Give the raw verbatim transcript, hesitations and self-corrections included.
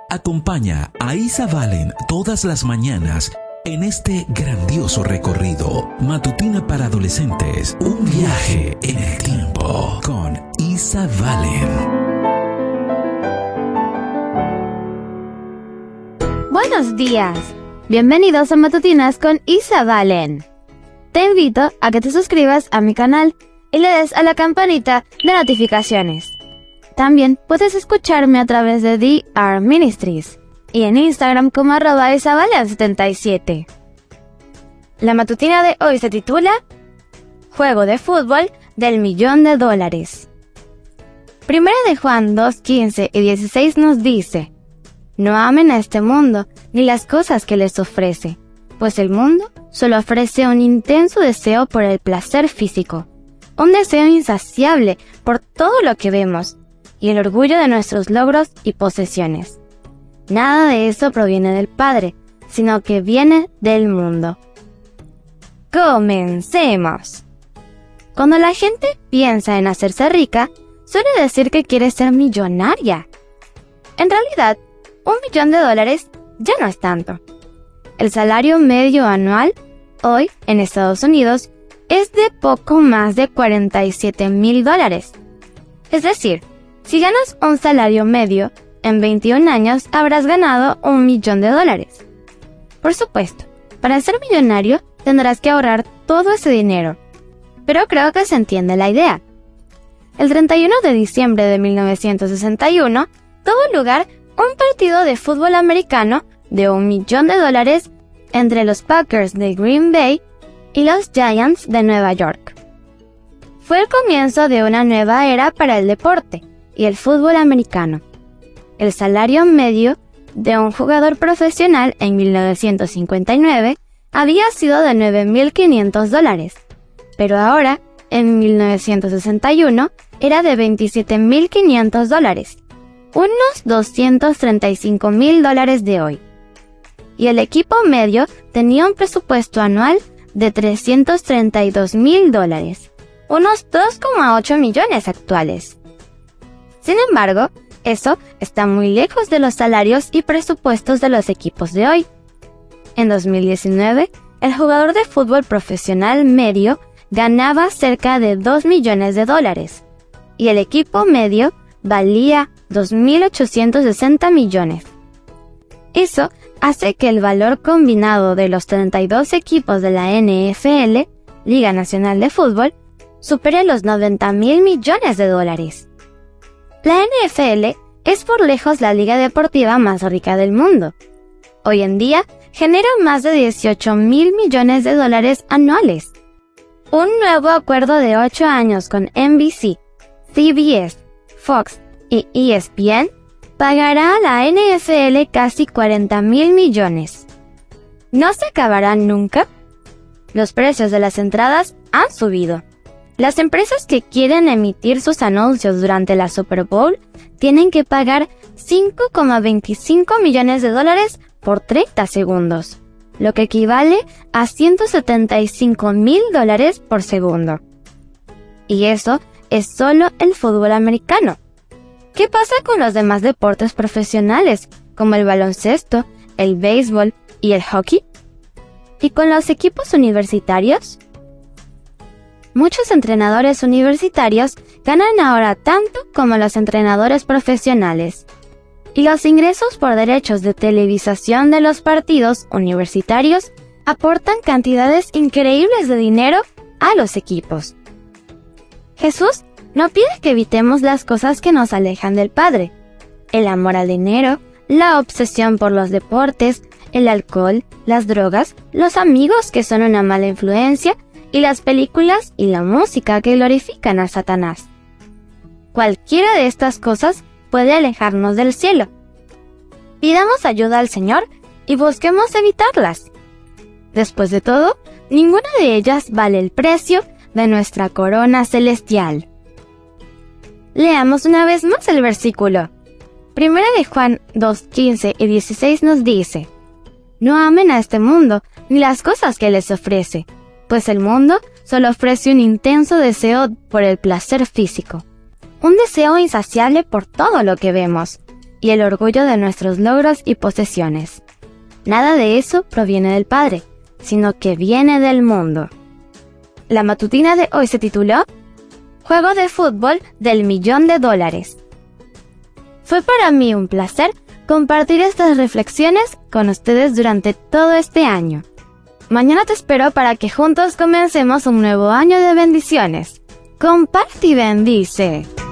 Acompaña a Isa Valen todas las mañanas en este grandioso recorrido Matutina para Adolescentes, un viaje en el tiempo con Isa Valen. Buenos días, bienvenidos a Matutinas con Isa Valen. Te invito a que te suscribas a mi canal y le des a la campanita de notificaciones. También puedes escucharme a través de The R Ministries y en Instagram como arroba isavalen setenta y siete. La matutina de hoy se titula Juego de fútbol del millón de dólares. Primera de Juan dos, quince y dieciséis nos dice: No amen a este mundo ni las cosas que les ofrece, pues el mundo solo ofrece un intenso deseo por el placer físico, un deseo insaciable por todo lo que vemos, y el orgullo de nuestros logros y posesiones. Nada de eso proviene del Padre, sino que viene del mundo. ¡Comencemos! Cuando la gente piensa en hacerse rica, suele decir que quiere ser millonaria. En realidad, un millón de dólares ya no es tanto. El salario medio anual, hoy, en Estados Unidos, es de poco más de cuarenta y siete mil dólares. Es decir, si ganas un salario medio, en veintiún años habrás ganado un millón de dólares. Por supuesto, para ser millonario tendrás que ahorrar todo ese dinero, pero creo que se entiende la idea. El treinta y uno de diciembre de mil novecientos sesenta y uno tuvo lugar un partido de fútbol americano de un millón de dólares entre los Packers de Green Bay y los Giants de Nueva York. Fue el comienzo de una nueva era para el deporte y el fútbol americano. El salario medio de un jugador profesional en mil novecientos cincuenta y nueve había sido de nueve mil quinientos dólares, pero ahora, en mil novecientos sesenta y uno, era de veintisiete mil quinientos dólares, unos doscientos treinta y cinco mil dólares de hoy. Y el equipo medio tenía un presupuesto anual de trescientos treinta y dos mil dólares, unos dos coma ocho millones actuales. Sin embargo, eso está muy lejos de los salarios y presupuestos de los equipos de hoy. En dos mil diecinueve, el jugador de fútbol profesional medio ganaba cerca de dos millones de dólares, y el equipo medio valía dos mil ochocientos sesenta millones. Eso hace que el valor combinado de los treinta y dos equipos de la N F L, Liga Nacional de Fútbol, supere los noventa mil millones de dólares. La N F L es por lejos la liga deportiva más rica del mundo. Hoy en día genera más de dieciocho mil millones de dólares anuales. Un nuevo acuerdo de ocho años con N B C, C B S, Fox y E S P N pagará a la N F L casi cuarenta mil millones. ¿No se acabarán nunca? Los precios de las entradas han subido. Las empresas que quieren emitir sus anuncios durante la Super Bowl tienen que pagar cinco coma veinticinco millones de dólares por treinta segundos, lo que equivale a ciento setenta y cinco mil dólares por segundo. Y eso es solo el fútbol americano. ¿Qué pasa con los demás deportes profesionales, como el baloncesto, el béisbol y el hockey? ¿Y con los equipos universitarios? Muchos entrenadores universitarios ganan ahora tanto como los entrenadores profesionales. Y los ingresos por derechos de televisación de los partidos universitarios aportan cantidades increíbles de dinero a los equipos. Jesús no pide que evitemos las cosas que nos alejan del Padre: el amor al dinero, la obsesión por los deportes, el alcohol, las drogas, los amigos que son una mala influencia, y las películas y la música que glorifican a Satanás. Cualquiera de estas cosas puede alejarnos del cielo. Pidamos ayuda al Señor y busquemos evitarlas. Después de todo, ninguna de ellas vale el precio de nuestra corona celestial. Leamos una vez más el versículo. Primera de Juan dos, quince y dieciséis nos dice: No amen a este mundo ni las cosas que les ofrece, pues el mundo solo ofrece un intenso deseo por el placer físico, un deseo insaciable por todo lo que vemos, y el orgullo de nuestros logros y posesiones. Nada de eso proviene del Padre, sino que viene del mundo. La matutina de hoy se tituló Juego de fútbol del millón de dólares. Fue para mí un placer compartir estas reflexiones con ustedes durante todo este año. Mañana te espero para que juntos comencemos un nuevo año de bendiciones. Comparte y bendice.